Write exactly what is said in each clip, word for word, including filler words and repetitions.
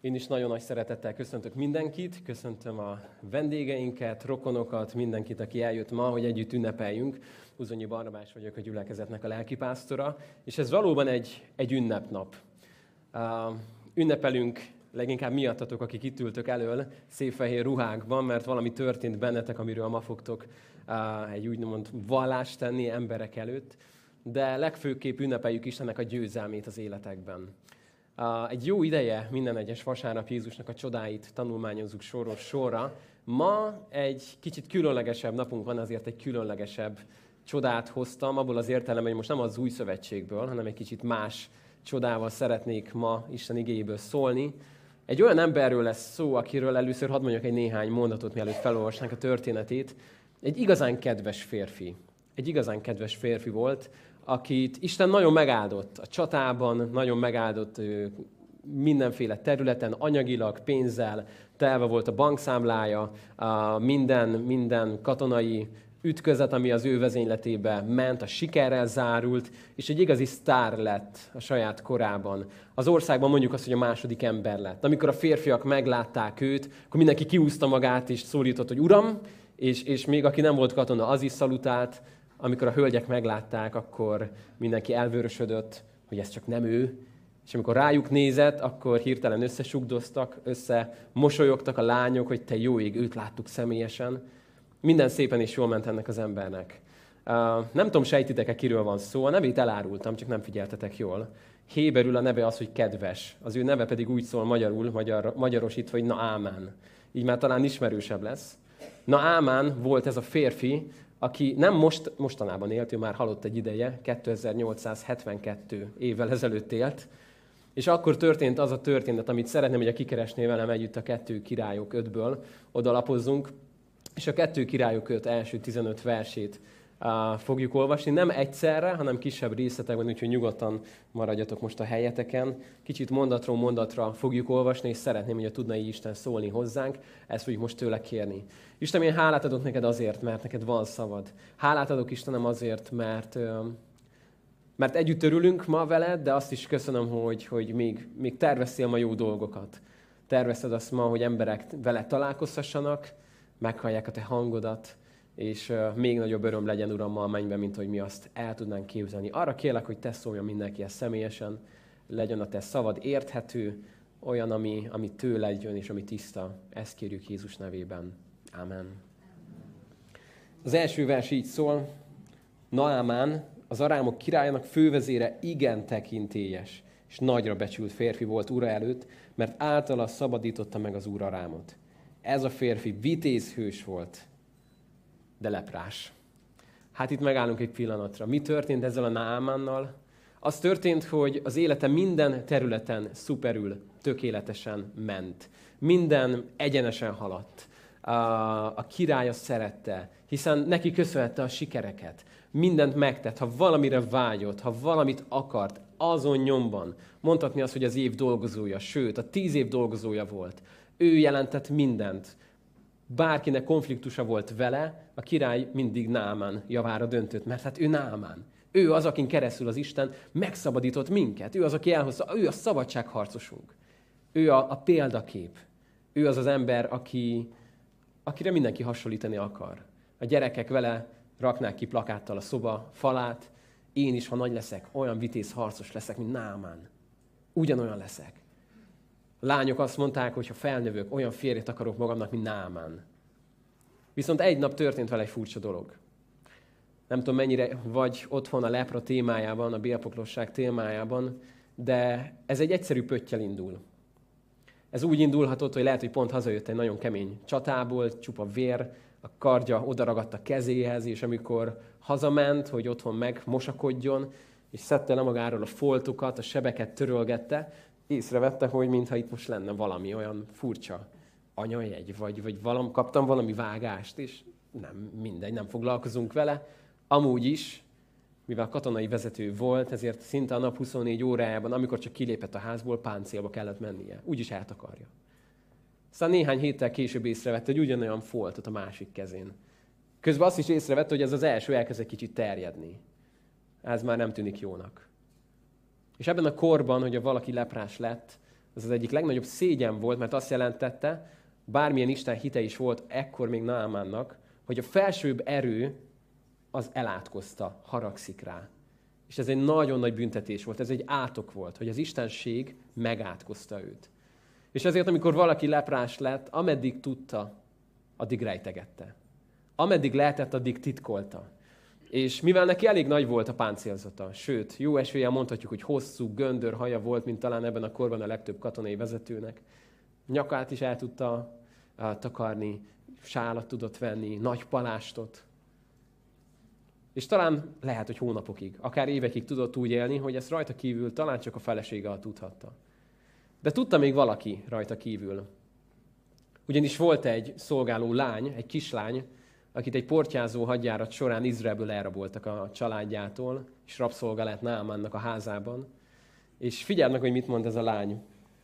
Én is nagyon nagy szeretettel köszöntök mindenkit, köszöntöm a vendégeinket, rokonokat, mindenkit, aki eljött ma, hogy együtt ünnepeljünk. Uzsonyi Barnabás vagyok, a gyülekezetnek a lelkipásztora, és ez valóban egy, egy ünnepnap. Uh, ünnepelünk leginkább miattatok, akik itt ültök elől, szép fehér ruhákban, mert valami történt bennetek, amiről ma fogtok uh, egy úgymond vallást tenni emberek előtt, de legfőképp ünnepeljük Istennek a győzelmét az életekben. Uh, egy jó ideje minden egyes vasárnap Jézusnak a csodáit tanulmányozzuk soros sorra. Ma egy kicsit különlegesebb napunk van, azért egy különlegesebb csodát hoztam, abból az értelemben, hogy most nem az új szövetségből, hanem egy kicsit más csodával szeretnék ma Isten igéjéből szólni. Egy olyan emberről lesz szó, akiről először hadd mondjak egy néhány mondatot, mielőtt felolvasnánk a történetét. Egy igazán kedves férfi. Egy igazán kedves férfi volt, akit Isten nagyon megáldott a csatában, nagyon megáldott mindenféle területen, anyagilag, pénzzel, telve volt a bankszámlája, minden, minden katonai ütközet, ami az ő vezényletébe ment, a sikerrel zárult, és egy igazi sztár lett a saját korában. Az országban mondjuk azt, hogy a második ember lett. Amikor a férfiak meglátták őt, akkor mindenki kiúzta magát, és szólított, hogy Uram, és, és még aki nem volt katona, az is szalutált. Amikor a hölgyek meglátták, akkor mindenki elvörösödött, hogy ez csak nem ő. És amikor rájuk nézett, akkor hirtelen összesugdoztak, összemosolyogtak a lányok, hogy te jó ég, őt láttuk személyesen. Minden szépen és jól ment ennek az embernek. Uh, nem tudom, sejtitek-e, kiről van szó. A nevét elárultam, csak nem figyeltetek jól. Héberül a neve az, hogy kedves. Az ő neve pedig úgy szól magyarul, magyar, magyarosítva, hogy Naámán. Így már talán ismerősebb lesz. Naámán volt ez a férfi, aki nem most, mostanában élt, ő már halott egy ideje, kétezer-nyolcszázhetvenkettő évvel ezelőtt élt, és akkor történt az a történet, amit szeretném, hogy a kikeresné velem együtt a kettő királyok ötből, oda lapozzunk, és a kettő királyok öt első tizenöt versét uh, fogjuk olvasni, nem egyszerre, hanem kisebb részletekben, úgyhogy nyugodtan maradjatok most a helyeteken. Kicsit mondatról mondatra fogjuk olvasni, és szeretném, hogy a tudna így Isten szólni hozzánk, ezt fogjuk most tőle kérni. Isten, én hálát adok neked azért, mert neked van szavad. Hálát adok Istenem azért, mert, mert együtt örülünk ma veled, de azt is köszönöm, hogy, hogy még, még terveztél ma jó dolgokat. Tervezted azt ma, hogy emberek veled találkozhassanak, meghallják a te hangodat, és még nagyobb öröm legyen, Uram, ma a mennyben, mint hogy mi azt el tudnánk képzelni. Arra kérlek, hogy te szóljon mindenkihez személyesen, legyen a te szavad érthető, olyan, ami, ami tőled jön, és ami tiszta. Ezt kérjük Jézus nevében. Amen. Az első vers így szól: Naámán, az arámok királyának fővezére igen tekintélyes, és nagyra becsült férfi volt ura előtt, mert általa szabadította meg az úr arámot. Ez a férfi vitéz hős volt, de leprás. Hát itt megállunk egy pillanatra. Mi történt ezzel a Naámánnal? Az történt, hogy az élete minden területen szuperül, tökéletesen ment. Minden egyenesen haladt. A, a király azt szerette, hiszen neki köszönhette a sikereket. Mindent megtett, ha valamire vágyott, ha valamit akart, azon nyomban. Mondhatni azt, hogy az év dolgozója, sőt, a tíz év dolgozója volt. Ő jelentett mindent. Bárkinek konfliktusa volt vele, a király mindig Naámán javára döntött, mert hát ő Naámán. Ő az, akin keresztül az Isten megszabadított minket. Ő az, aki elhozta, ő a szabadságharcosunk. Ő a, a példakép. Ő az az ember, aki, akire mindenki hasonlítani akar. A gyerekek vele raknák ki plakáttal a szoba falát. Én is, ha nagy leszek, olyan vitéz harcos leszek, mint Naámán. Ugyanolyan leszek. A lányok azt mondták, hogy ha felnövök, olyan férjet akarok magamnak, mint Naámán. Viszont egy nap történt vele egy furcsa dolog. Nem tudom, mennyire vagy otthon a lepra témájában, a bélpoklosság témájában, de ez egy egyszerű pöttyel indul. Ez úgy indulhatott, hogy lehet, hogy pont hazajött egy nagyon kemény csatából, csupa vér, a kardja odaragadt a kezéhez, és amikor hazament, hogy otthon megmosakodjon, és szedte le magáról a foltokat, a sebeket törölgette, észrevette, hogy mintha itt most lenne valami olyan furcsa anyajegy, vagy, vagy valam, kaptam valami vágást, és nem, mindegy, nem foglalkozunk vele. Amúgy is, mivel katonai vezető volt, ezért szinte a nap huszonnégy órájában, amikor csak kilépett a házból, páncélba kellett mennie. Úgyis eltakarja. Aztán néhány héttel később észrevette, hogy ugyanolyan foltot a másik kezén. Közben azt is észrevette, hogy ez az első elkezd egy kicsit terjedni. Ez már nem tűnik jónak. És ebben a korban, hogy valaki leprás lett, Ez az egyik legnagyobb szégyen volt, mert azt jelentette, bármilyen Isten hite is volt ekkor még Naamánnak, hogy a felsőbb erő az elátkozta, haragszik rá. És ez egy nagyon nagy büntetés volt, ez egy átok volt, hogy az istenség megátkozta őt. És ezért, amikor valaki leprás lett, ameddig tudta, addig rejtegette. Ameddig lehetett, addig titkolta. És mivel neki elég nagy volt a páncélzata, sőt, jó eséllyel mondhatjuk, hogy hosszú, göndör haja volt, mint talán ebben a korban a legtöbb katonai vezetőnek. Nyakát is el tudta uh, takarni, sálat tudott venni, nagy palástot. És talán lehet, hogy hónapokig, akár évekig tudott úgy élni, hogy ezt rajta kívül talán csak a felesége tudhatta. De tudta még valaki rajta kívül. Ugyanis volt egy szolgáló lány, egy kislány, akit egy portyázó hadjárat során Izraelből elraboltak a családjától, és rabszolga lett Naamánnak a házában. És figyeld meg, hogy mit mond ez a lány.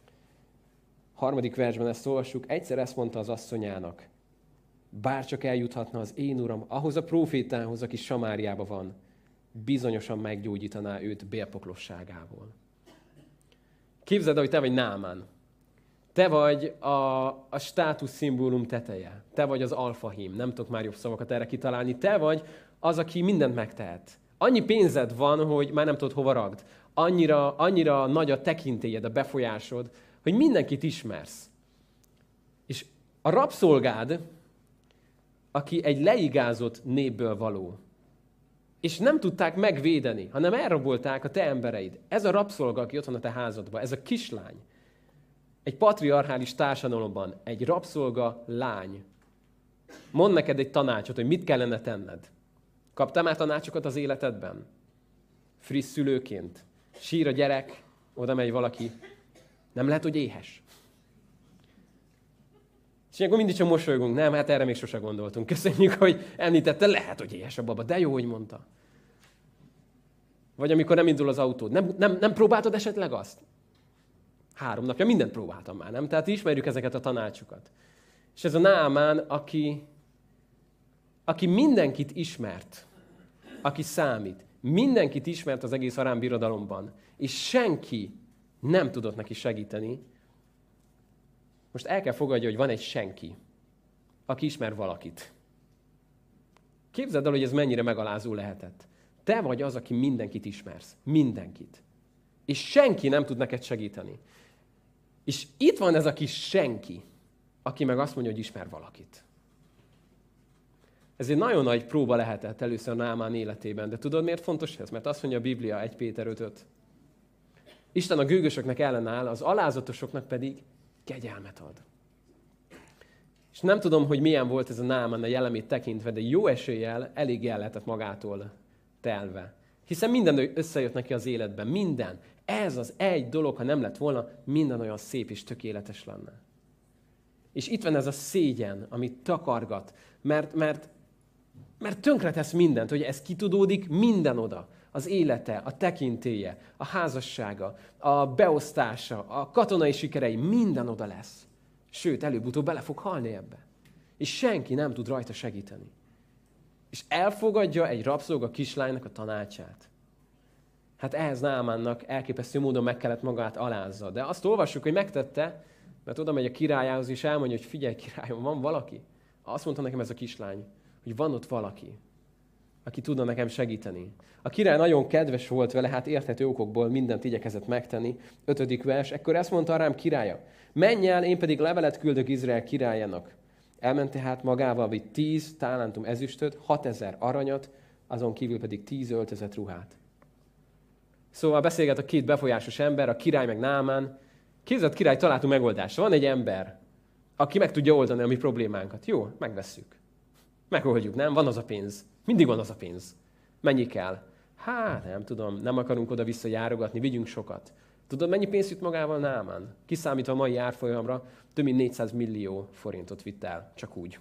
Harmadik versben ezt olvassuk, egyszer ezt mondta az asszonyának, bárcsak eljuthatna az én uram ahhoz a prófétához, aki Samáriában van, bizonyosan meggyógyítaná őt bélpoklosságából. Képzeld, hogy te vagy Naamán. Te vagy a, a státuszszimbólum teteje. Te vagy az alfahím. Nem tudok már jobb szavakat erre kitalálni. Te vagy az, aki mindent megtehet. Annyi pénzed van, hogy már nem tudod hova ragd. Annyira, annyira nagy a tekintélyed, a befolyásod, hogy mindenkit ismersz. És a rabszolgád, aki egy leigázott népből való, és nem tudták megvédeni, hanem elrabolták a te embereid. Ez a rabszolga, aki ott van a te házadban, ez a kislány. Egy patriarchális társadalomban egy rabszolga lány mond neked egy tanácsot, hogy mit kellene tenned. Kaptál már tanácsokat az életedben? Friss szülőként. Sír a gyerek, oda megy valaki. Nem lehet, hogy éhes. És ilyenkor mindig csak mosolygunk. Nem, hát erre még sose gondoltunk. Köszönjük, hogy említette, lehet, hogy éhes a baba. De jó, hogy mondta. Vagy amikor nem indul az autód. Nem, nem, nem próbáltad esetleg azt? Három napja mindent próbáltam már, nem? Tehát ismerjük ezeket a tanácsokat. És ez a Naamán, aki, aki mindenkit ismert, aki számít. Mindenkit ismert az egész arám birodalomban. És senki nem tudott neki segíteni. Most el kell fogadja, hogy van egy senki, aki ismer valakit. Képzeld el, hogy ez mennyire megalázó lehetett. Te vagy az, aki mindenkit ismersz. Mindenkit. És senki nem tud neked segíteni. És itt van ez a kis senki, aki meg azt mondja, hogy ismer valakit. Ez egy nagyon nagy próba lehetett először Naamán életében. De tudod, miért fontos ez? Mert azt mondja a Biblia első Péter öt öt. Isten a gőgösöknek ellenáll, az alázatosoknak pedig kegyelmet ad. És nem tudom, hogy milyen volt ez a Naamán a jellemét tekintve, de jó eséllyel elég el lehetett magától telve. Hiszen minden összejött neki az életben. Minden. Ez az egy dolog, ha nem lett volna, minden olyan szép és tökéletes lenne. És itt van ez a szégyen, amit takargat, mert, mert, mert tönkretesz mindent, hogy ez kitudódik minden oda. Az élete, a tekintélye, a házassága, a beosztása, a katonai sikerei, minden oda lesz. Sőt, előbb-utóbb bele fog halni ebbe. És senki nem tud rajta segíteni. És elfogadja egy rabszolga kislánynak a tanácsát. Hát ehhez Naamánnak elképesztő módon meg kellett magát alázza. De azt olvassuk, hogy megtette, mert oda megy a királyához, és elmondja, hogy figyelj, királyom, van valaki? Azt mondta nekem ez a kislány, hogy van ott valaki, aki tudna nekem segíteni. A király nagyon kedves volt vele, hát érthető okokból mindent igyekezett megtenni. Ötödik vers, ekkor ezt mondta rám királya, menj el, én pedig levelet küldök Izrael királyának. Elment tehát magával, vitt tíz tálántum ezüstöt, hatezer aranyat, azon kívül pedig tíz öltözett ruhát. Szóval beszélget a két befolyásos ember, a király meg Naamán. Képzeld, király, találtunk megoldást. Van egy ember, aki meg tudja oldani a mi problémánkat. Jó, megvesszük. Megoldjuk, nem? Van az a pénz. Mindig van az a pénz. Mennyi kell? Hát, nem tudom, nem akarunk oda-vissza járogatni, vigyünk sokat. Tudod, mennyi pénzt jut magával Naamán? Kiszámítva a mai árfolyamra, több mint négyszáz millió forintot vitt el, csak úgy.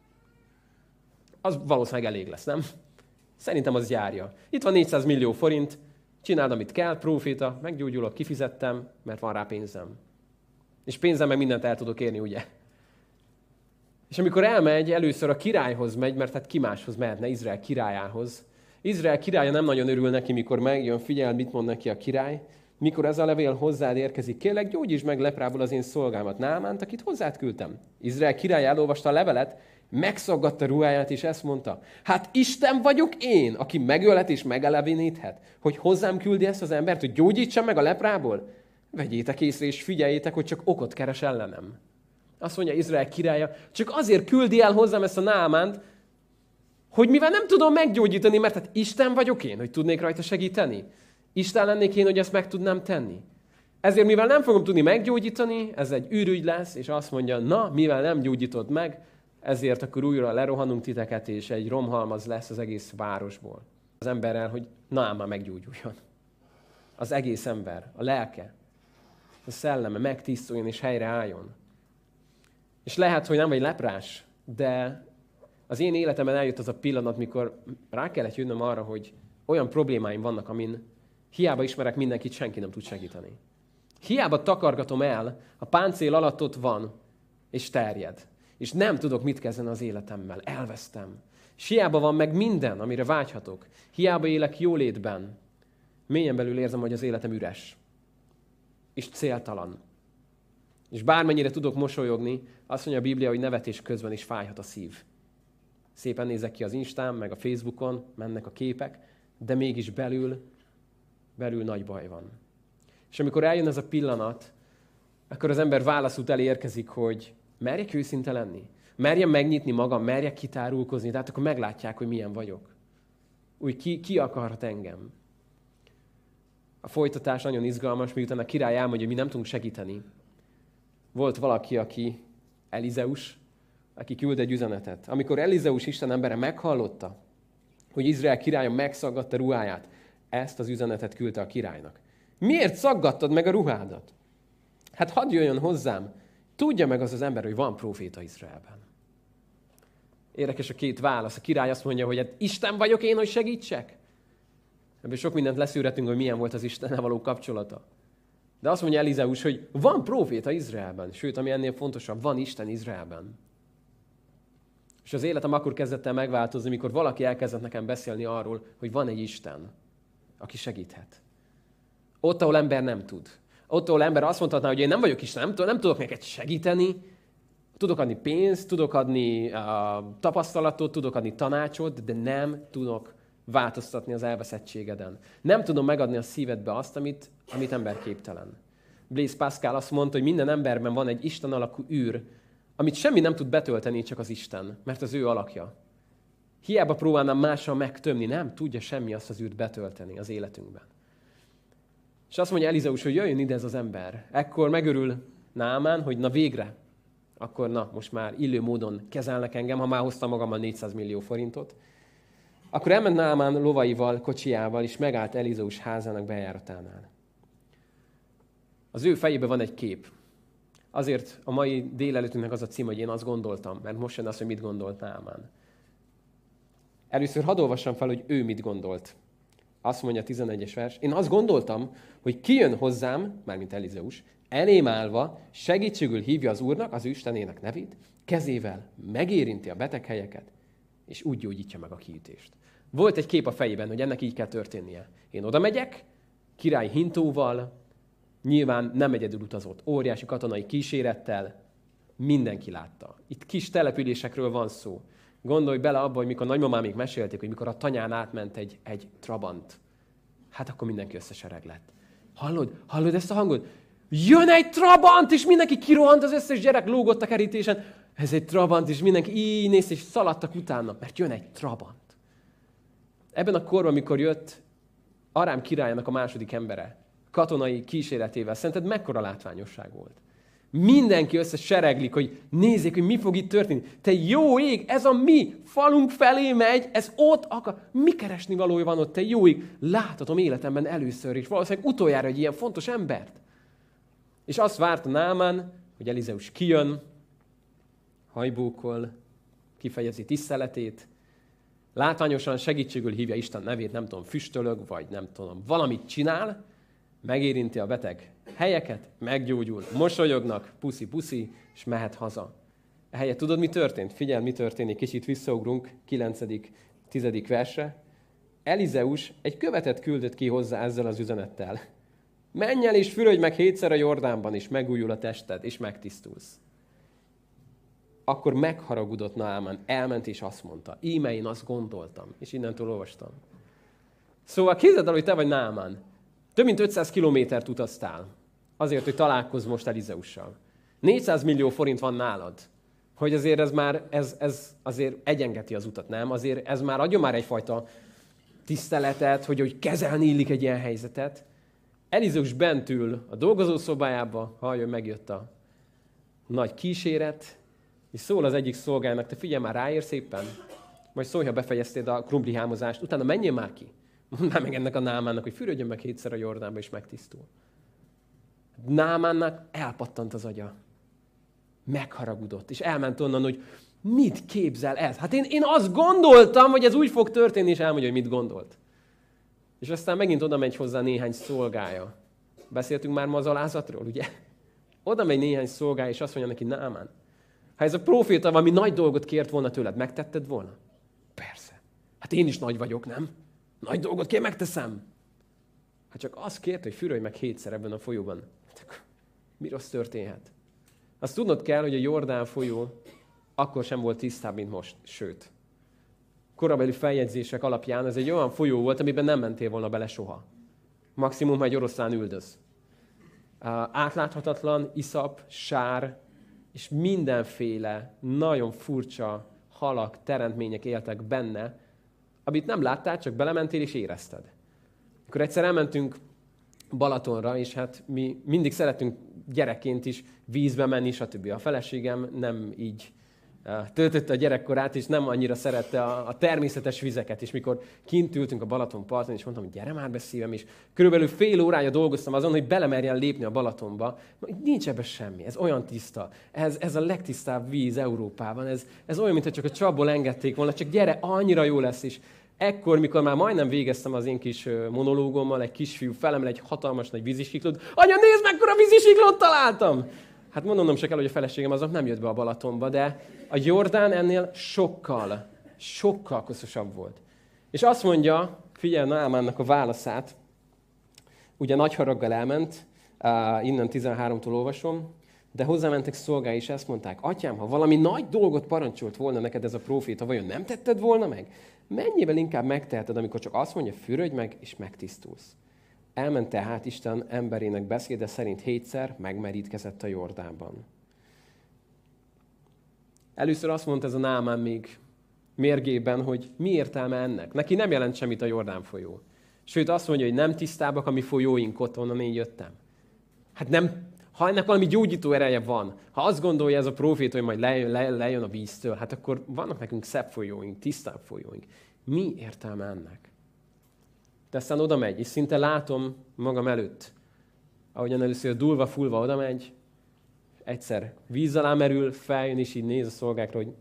Az valószínűleg elég lesz, nem? Szerintem az járja. Itt van négyszáz millió forint, csináld, amit kell, próféta, meggyógyulok, kifizettem, mert van rá pénzem. És pénzem meg mindent el tudok érni, ugye? És amikor elmegy, először a királyhoz megy, mert hát ki máshoz mehetne, Izrael királyához. Izrael királya nem nagyon örül neki, mikor megjön, figyeld, mit mond neki a király. mikor ez a levél hozzád érkezik, kérlek, gyógyítsd meg leprából az én szolgámat, Námánt, akit hozzád küldtem. Izrael király elolvasta a levelet, megszaggatta ruháját, és ezt mondta: hát Isten vagyok én, aki megölhet és megeleveníthet, hogy hozzám küldi ezt az embert, hogy gyógyítsam meg a leprából? Vegyétek észre, és figyeljétek, hogy csak okot keres ellenem. Azt mondja Izrael királya, csak azért küldi el hozzám ezt a Námánt, hogy mivel nem tudom meggyógyítani, mert hát Isten vagyok én, hogy tudnék rajta segíteni. Isten lennék én, hogy ezt meg tudnám tenni. Ezért, mivel nem fogom tudni meggyógyítani, ez egy űrügy lesz, és azt mondja, na, mivel nem gyógyítod meg, ezért akkor újra lerohanunk titeket, és egy romhalmaz lesz az egész városból. Az emberrel, hogy Námán meggyógyuljon. Az egész ember, a lelke, a szelleme megtisztuljon és helyreálljon. És lehet, hogy nem vagy leprás, de az én életemben eljött az a pillanat, mikor rá kellett jönnöm arra, hogy olyan problémáim vannak, amin hiába ismerek mindenkit, senki nem tud segíteni. Hiába takargatom el, a páncél alatt ott van, és terjed. És nem tudok mit kezdeni az életemmel. Elvesztem. És hiába van meg minden, amire vágyhatok. Hiába élek jólétben. Mélyen belül érzem, hogy az életem üres. És céltalan. És bármennyire tudok mosolyogni, azt mondja a Biblia, hogy nevetés közben is fájhat a szív. Szépen nézek ki az Instán, meg a Facebookon, mennek a képek, de mégis belül, belül nagy baj van. És amikor eljön ez a pillanat, akkor az ember válaszút elé érkezik, hogy merjek őszinte lenni, merjem megnyitni magam, merjek kitárulkozni, tehát akkor meglátják, hogy milyen vagyok. Úgy ki, ki akarhat engem. A folytatás nagyon izgalmas, miután a király elmondja, hogy mi nem tudunk segíteni. Volt valaki, aki Elizeus, aki küld egy üzenetet. Amikor Elizeus Isten embere meghallotta, hogy Izrael királya megszaggatta ruháját, ezt az üzenetet küldte a királynak. Miért szaggattad meg a ruhádat? Hát hadd jöjjön hozzám, tudja meg az az ember, hogy van próféta Izraelben. Érdekes a két válasz. A király azt mondja, hogy hát Isten vagyok én, hogy segítsek. Ebből sok mindent leszűrhetünk, hogy milyen volt az Istennel való kapcsolata. De azt mondja Elizeus, hogy van próféta Izraelben. Sőt, ami ennél fontosabb, van Isten Izraelben. És az életem akkor kezdett el megváltozni, mikor valaki elkezdett nekem beszélni arról, hogy van egy Isten, aki segíthet. Ott, ahol ember nem tud. Ott, ahol ember azt mondhatná, hogy én nem vagyok Isten, nem, nem tudok neked segíteni, tudok adni pénzt, tudok adni uh, tapasztalatot, tudok adni tanácsot, de nem tudok változtatni az elveszettségeden. Nem tudom megadni a szívedbe azt, amit, amit ember képtelen. Blaise Pascal azt mondta, hogy minden emberben van egy Isten alakú űr, amit semmi nem tud betölteni, csak az Isten, mert az ő alakja. Hiába próbálnám mással megtömni, nem tudja semmi azt az űrt betölteni az életünkben. És azt mondja Elizeus, hogy jöjjön ide ez az ember. Ekkor megörül Námán, hogy na végre, akkor na, most már illő módon kezelnek engem, ha már hoztam magammal négyszáz millió forintot. Akkor elment Námán lovaival, kocsijával, és megállt Elizeus házának bejáratánál. Az ő fejében van egy kép. Azért a mai délelőttünknek az a cím, hogy én azt gondoltam, mert most jön az, hogy mit gondolt Námán. Először hadd olvassam fel, hogy ő mit gondolt. Azt mondja a tizenegyes vers. Én azt gondoltam, hogy kijön hozzám, mármint Elizeus, elém állva, segítségül hívja az Úrnak, az ő Istenének nevét, kezével megérinti a beteg helyeket, és úgy gyógyítja meg a kiütést. Volt egy kép a fejében, hogy ennek így kell történnie. Én oda megyek, király hintóval, nyilván nem egyedül utazott, óriási katonai kísérettel, mindenki látta. Itt kis településekről van szó. Gondolj bele abba, hogy mikor nagymamámék mesélték, hogy mikor a tanyán átment egy, egy trabant, hát akkor mindenki összesereg lett. Hallod? Hallod ezt a hangot? Jön egy trabant, és mindenki kirohant, az összes gyerek lógott a kerítésen. Ez egy trabant, és mindenki így néz, és szaladtak utána, mert jön egy trabant. Ebben a korban, amikor jött Arám királyának a második embere, katonai kíséretével, szerinted mekkora látványosság volt? Mindenki összesereglik, hogy nézzék, hogy mi fog itt történni. Te jó ég, ez a mi falunk felé megy, ez ott akar. Mi keresni valója van ott, te jó ég? Láthatom életemben először is, valószínűleg utoljára egy ilyen fontos embert. És azt várta Námán, hogy Elizeus kijön, hajbókol, kifejezi tiszteletét, látványosan segítségül hívja Isten nevét, nem tudom, füstölög, vagy nem tudom, valamit csinál, megérinti a beteg helyeket, meggyógyul, mosolyognak, puszi-puszi, és mehet haza. Ehelyett tudod, mi történt? Figyelj, mi történik, kicsit visszaugrunk, kilencedik, tizedik versre. Elizeus egy követet küldött ki hozzá ezzel az üzenettel. Menj el és fürödj meg hétszer a Jordánban, és megújul a tested, és megtisztulsz. Akkor megharagudott Naamán, elment és azt mondta, íme én azt gondoltam, és innentől olvastam. Szóval képzeld el, hogy te vagy Naamán. Több mint ötszáz kilométert utaztál, azért, hogy találkozz most Elizeussal. négyszáz millió forint van nálad, hogy azért ez már, ez, ez azért egyengeti az utat, nem? Azért ez már adja már egyfajta tiszteletet, hogy, hogy kezelni illik egy ilyen helyzetet. Elizeus bent ül a dolgozószobájába, hallja, megjött a nagy kíséret, és szól az egyik szolgájának, te figyelj már, ráérsz éppen, majd szólj, ha befejeztéd a krumplihámozást, utána menjél már ki. Mondd már meg ennek a Námánnak, hogy fürödjön meg hétszer a Jordánba, és megtisztul. Námánnak elpattant az agya. Megharagudott, és elment onnan, hogy mit képzel ez? Hát én, én azt gondoltam, hogy ez úgy fog történni, és elmondja, hogy mit gondolt. És aztán megint oda megy hozzá néhány szolgája. Beszéltünk már ma az alázatról, ugye? Oda megy néhány szolgája, és azt mondja neki, Námán, ha ez a próféta valami nagy dolgot kért volna tőled, megtetted volna? Persze. Hát én is nagy vagyok, nem? Nagy dolgot kér, megteszem. Hát csak azt kért, hogy fürödj meg hétszer ebben a folyóban. Mi rossz történhet? Azt tudnod kell, hogy a Jordán folyó akkor sem volt tisztább, mint most. Sőt, korabeli feljegyzések alapján ez egy olyan folyó volt, amiben nem mentél volna bele soha. Maximum, ha egy oroszlán üldöz. Átláthatatlan, iszap, sár, és mindenféle nagyon furcsa halak, teremtmények éltek benne, amit nem láttál, csak belementél és érezted. Akkor egyszer elmentünk Balatonra, és hát mi mindig szeretünk gyerekként is vízbe menni, stb. A feleségem nem így töltötte a gyerekkorát, és nem annyira szerette a, a természetes vizeket. És mikor kint ültünk a Balaton parton, és mondtam, hogy gyere már be szívem, és körülbelül fél órája dolgoztam azon, hogy belemerjen lépni a Balatonba. Nincs ebben semmi, ez olyan tiszta. Ez, ez a legtisztább víz Európában. Ez, ez olyan, mintha csak a csapból engedték volna, csak gyere, annyira jó lesz is. Ekkor, mikor már majdnem végeztem az én kis monológommal, egy kisfiú felemel egy hatalmas nagy vízisiklót. Anya, nézd, mekkora vízisiklót találtam! Hát mondanom se kell, hogy a feleségem azok nem jött be a Balatonba, de a Jordán ennél sokkal, sokkal koszosabb volt. És azt mondja, figyelj Námánnak a válaszát, ugye nagy haraggal elment, innen tizenháromtól olvasom, de hozzámentek szolgái, és ezt mondták, atyám, ha valami nagy dolgot parancsolt volna neked ez a próféta, vajon nem tetted volna meg? Mennyivel inkább megteheted, amikor csak azt mondja, fürödj meg, és megtisztulsz. Elment tehát Isten emberének beszéde szerint hétszer megmerítkezett a Jordánban. Először azt mondta ez a Námán még mérgében, hogy mi értelme ennek. Neki nem jelent semmit a Jordán folyó. Sőt, azt mondja, hogy nem tisztábbak a mi folyóink, ott onnan én jöttem. Hát nem, ha ennek valami gyógyító ereje van, ha azt gondolja ez a prófét, hogy majd lejön, le, lejön a víztől, hát akkor vannak nekünk szebb folyóink, tisztább folyóink. Mi értelme ennek? De aztán oda megy, és szinte látom magam előtt, ahogyan először dulva-fulva oda megy, egyszer víz alá merül, feljön, és így néz a szolgákra, hogy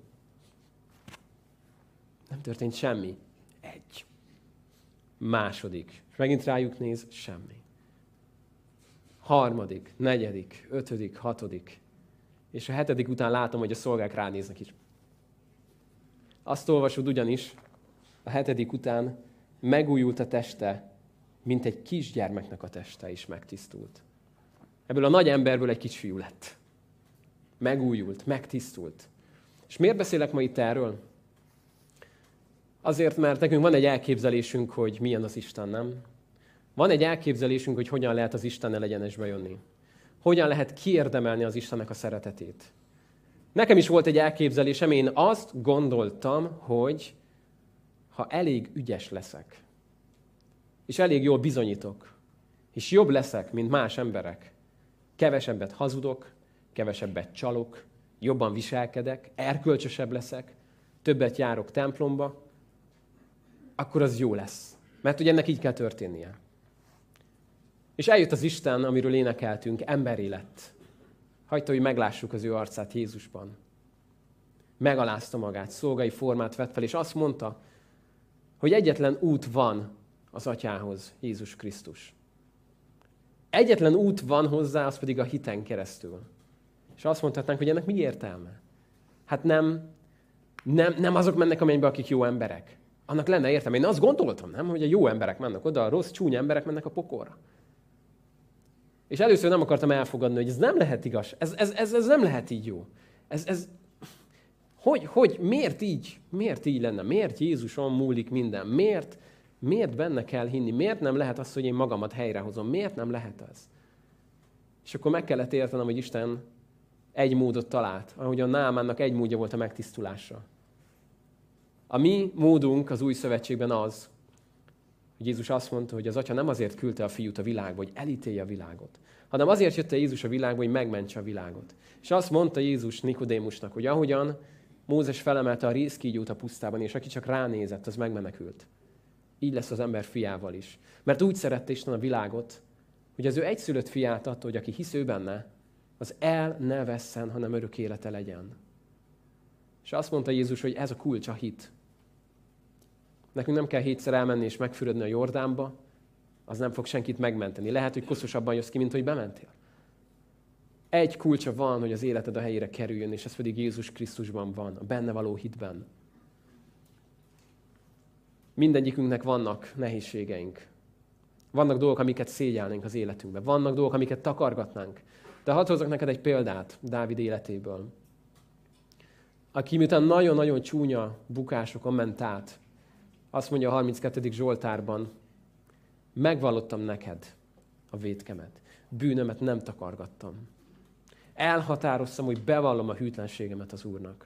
nem történt semmi. Egy. Második. És megint rájuk néz, semmi. Harmadik, negyedik, ötödik, hatodik. És a hetedik után látom, hogy a szolgák ránéznek is. Azt olvasod ugyanis, a hetedik után megújult a teste, mint egy kisgyermeknek a teste is megtisztult. Ebből a nagy emberből egy kisfiú lett. Megújult, megtisztult. És miért beszélek ma itt erről? Azért, mert nekünk van egy elképzelésünk, hogy milyen az Isten, nem? Van egy elképzelésünk, hogy hogyan lehet az Istennel egyenesbe jönni. Hogyan lehet kiérdemelni az Istennek a szeretetét. Nekem is volt egy elképzelésem, én azt gondoltam, hogy ha elég ügyes leszek, és elég jól bizonyítok, és jobb leszek, mint más emberek, kevesebbet hazudok, kevesebbet csalok, jobban viselkedek, erkölcsösebb leszek, többet járok templomba, akkor az jó lesz. Mert ugye ennek így kell történnie. És eljött az Isten, amiről énekeltünk, emberi lett. Hagyta, hogy meglássuk az ő arcát Jézusban. Megalázta magát, szolgai formát vett fel, és azt mondta, hogy egyetlen út van az Atyához, Jézus Krisztus. Egyetlen út van hozzá, az pedig a hiten keresztül. És azt mondhatnánk, hogy ennek mi értelme? Hát nem, nem, nem azok mennek a mennybe, akik jó emberek. Annak lenne értelme. Én azt gondoltam, nem, hogy a jó emberek mennek oda, a rossz, csúnya emberek mennek a pokolra. És először nem akartam elfogadni, hogy ez nem lehet igaz, ez, ez, ez, ez nem lehet így jó. Ez, ez, hogy, hogy, miért így? Miért így lenne? Miért Jézuson múlik minden? Miért, miért benne kell hinni? Miért nem lehet az, hogy én magamat helyrehozom? Miért nem lehet ez? És akkor meg kellett értenem, hogy Isten egy módot talált, ahogy a Námánnak egy módja volt a megtisztulásra. A mi módunk az új szövetségben az, hogy Jézus azt mondta, hogy az Atya nem azért küldte a fiút a világba, hogy elítélje a világot, hanem azért jött el Jézus a világba, hogy megmentse a világot. És azt mondta Jézus Nikodémusnak, hogy ahogyan Mózes felemelte a rézkígyót a pusztában, és aki csak ránézett, az megmenekült. Így lesz az ember fiával is. Mert úgy szerette Isten a világot, hogy az ő egyszülött fiát adta, hogy aki hisz ő benne, az el ne vesszen, hanem örök élete legyen. És azt mondta Jézus, hogy ez a kulcs, a hit. Nekünk nem kell hétszer elmenni és megfürödni a Jordánba, az nem fog senkit megmenteni. Lehet, hogy koszosabban jössz ki, mint hogy bementél. Egy kulcsa van, hogy az életed a helyére kerüljön, és ez pedig Jézus Krisztusban van, a benne való hitben. Mindegyikünknek vannak nehézségeink. Vannak dolgok, amiket szégyelnénk az életünkben. Vannak dolgok, amiket takargatnánk. De hadd hozzak neked egy példát Dávid életéből. Aki miután nagyon-nagyon csúnya bukásokon ment át, azt mondja a harminckettedik Zsoltárban, megvallottam neked a vétkemet, bűnömet nem takargattam. Elhatároztam, hogy bevallom a hűtlenségemet az Úrnak.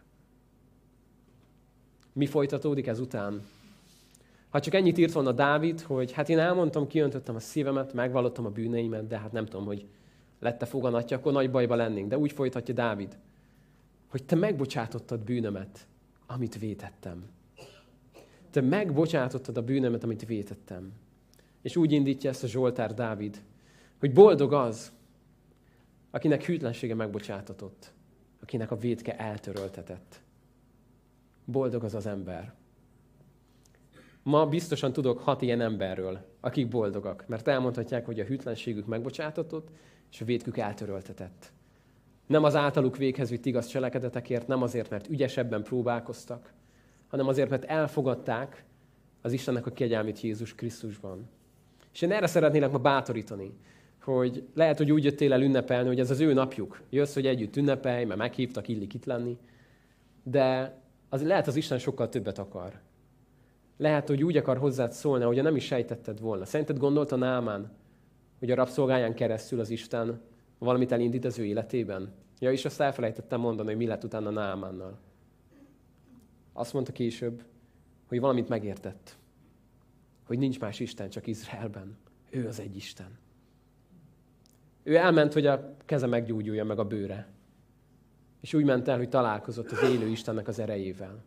Mi folytatódik ezután? Ha csak ennyit írt volna Dávid, hogy hát én elmondtam, kiöntöttem a szívemet, megvallottam a bűneimet, de hát nem tudom, hogy lett-e foganatja, akkor nagy bajba lennénk. De úgy folytatja Dávid, hogy te megbocsátottad bűnömet, amit vétettem. Te megbocsátottad a bűnömet, amit vétettem. És úgy indítja ezt a Zsoltár Dávid, hogy boldog az, akinek hűtlensége megbocsátatott, akinek a vétke eltöröltetett. Boldog az az ember. Ma biztosan tudok hat ilyen emberről, akik boldogak, mert elmondhatják, hogy a hűtlenségük megbocsátatott, és a vétkük eltöröltetett. Nem az általuk véghez vitt igaz cselekedetekért, nem azért, mert ügyesebben próbálkoztak, hanem azért, mert elfogadták az Istennek a kegyelmét Jézus Krisztusban. És én erre szeretnélek ma bátorítani, hogy lehet, hogy úgy jöttél el ünnepelni, hogy ez az ő napjuk. Jössz, hogy együtt ünnepelj, mert meghívtak, illik itt lenni. De az, lehet, az Isten sokkal többet akar. Lehet, hogy úgy akar hozzád szólni, ahogy nem is sejtetted volna. Szerinted gondolta Námán, hogy a rabszolgáján keresztül az Isten valamit elindít az ő életében? Ja, és azt elfelejtettem mondani, hogy mi lett utána Námánnal. Azt mondta később, hogy valamit megértett. Hogy nincs más Isten, csak Izraelben. Ő az egy Isten. Ő elment, hogy a keze meggyógyulja meg a bőre. És úgy ment el, hogy találkozott az élő Istennek az erejével.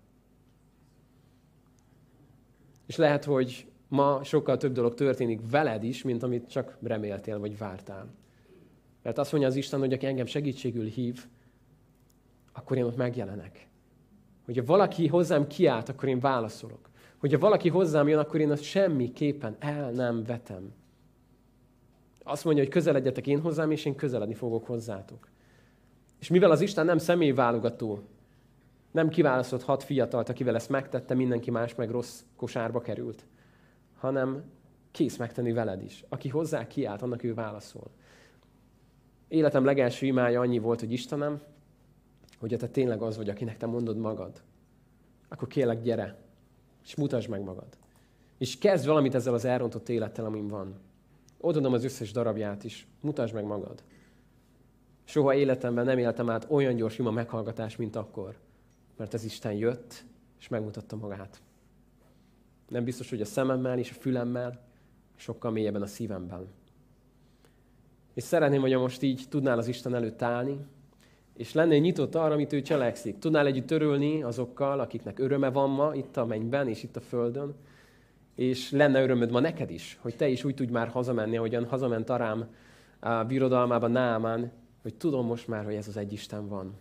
És lehet, hogy ma sokkal több dolog történik veled is, mint amit csak reméltél, vagy vártál. Mert azt mondja az Isten, hogy aki engem segítségül hív, akkor én ott megjelenek. Hogyha valaki hozzám kiált, akkor én válaszolok. Hogyha valaki hozzám jön, akkor én azt semmiképpen el nem vetem. Azt mondja, hogy közeledjetek én hozzám, és én közeledni fogok hozzátok. És mivel az Isten nem személyválogató, nem kiválasztott hat fiatalt, akivel ezt megtette, mindenki más meg rossz kosárba került, hanem kész megtenni veled is. Aki hozzá kiállt, annak ő válaszol. Életem legelső imája annyi volt, hogy Istenem, hogy te tényleg az vagy, akinek te mondod magad. Akkor kérlek, gyere, és mutasd meg magad. És kezd valamit ezzel az elrontott élettel, amin van. Odaadom az összes darabját is, mutasd meg magad. Soha életemben nem éltem át olyan gyors ima meghallgatás, mint akkor. Mert az Isten jött, és megmutatta magát. Nem biztos, hogy a szememmel és a fülemmel, sokkal mélyebben a szívemben. És szeretném, hogy most így tudnál az Isten előtt állni, és lennél nyitott arra, amit ő cselekszik. Tudnál együtt törölni azokkal, akiknek öröme van ma itt a mennyben és itt a földön, és lenne örömöd ma neked is, hogy te is úgy tudj már hazamenni, ahogyan hazament Arám a birodalmában Námán, hogy tudom most már, hogy ez az egy Isten van.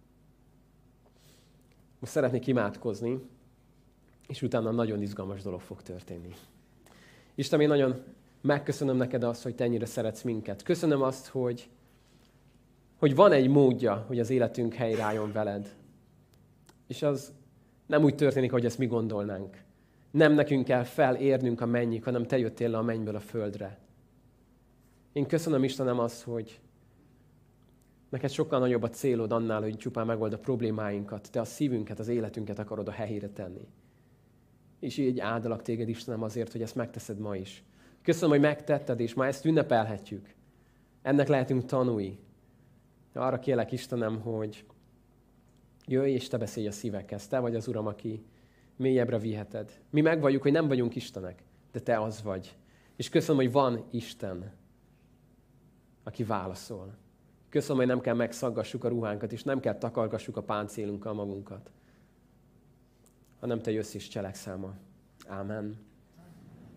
Most szeretnék imádkozni, és utána nagyon izgalmas dolog fog történni. Isten, én nagyon megköszönöm neked azt, hogy te ennyire szeretsz minket. Köszönöm azt, hogy, hogy van egy módja, hogy az életünk helyreálljon veled. És az nem úgy történik, hogy ezt mi gondolnánk. Nem nekünk kell felérnünk a mennyig, hanem te jöttél le a mennyből a földre. Én köszönöm, Istenem, azt, hogy neked sokkal nagyobb a célod annál, hogy csupán megold a problémáinkat. Te a szívünket, az életünket akarod a helyére tenni. És így áldalak téged, Istenem, azért, hogy ezt megteszed ma is. Köszönöm, hogy megtetted, és ma ezt ünnepelhetjük. Ennek lehetünk tanúi. Arra kérlek, Istenem, hogy jöjj és te beszélj a szívekhez. Te vagy az Uram, aki mélyebbre viheted. Mi megvalljuk, hogy nem vagyunk Istenek, de te az vagy. És köszönöm, hogy van Isten, aki válaszol. Köszönöm, hogy nem kell megszaggassuk a ruhánkat, és nem kell takargassuk a páncélunkkal magunkat, hanem te jössz és cselekszel ma. Ámen.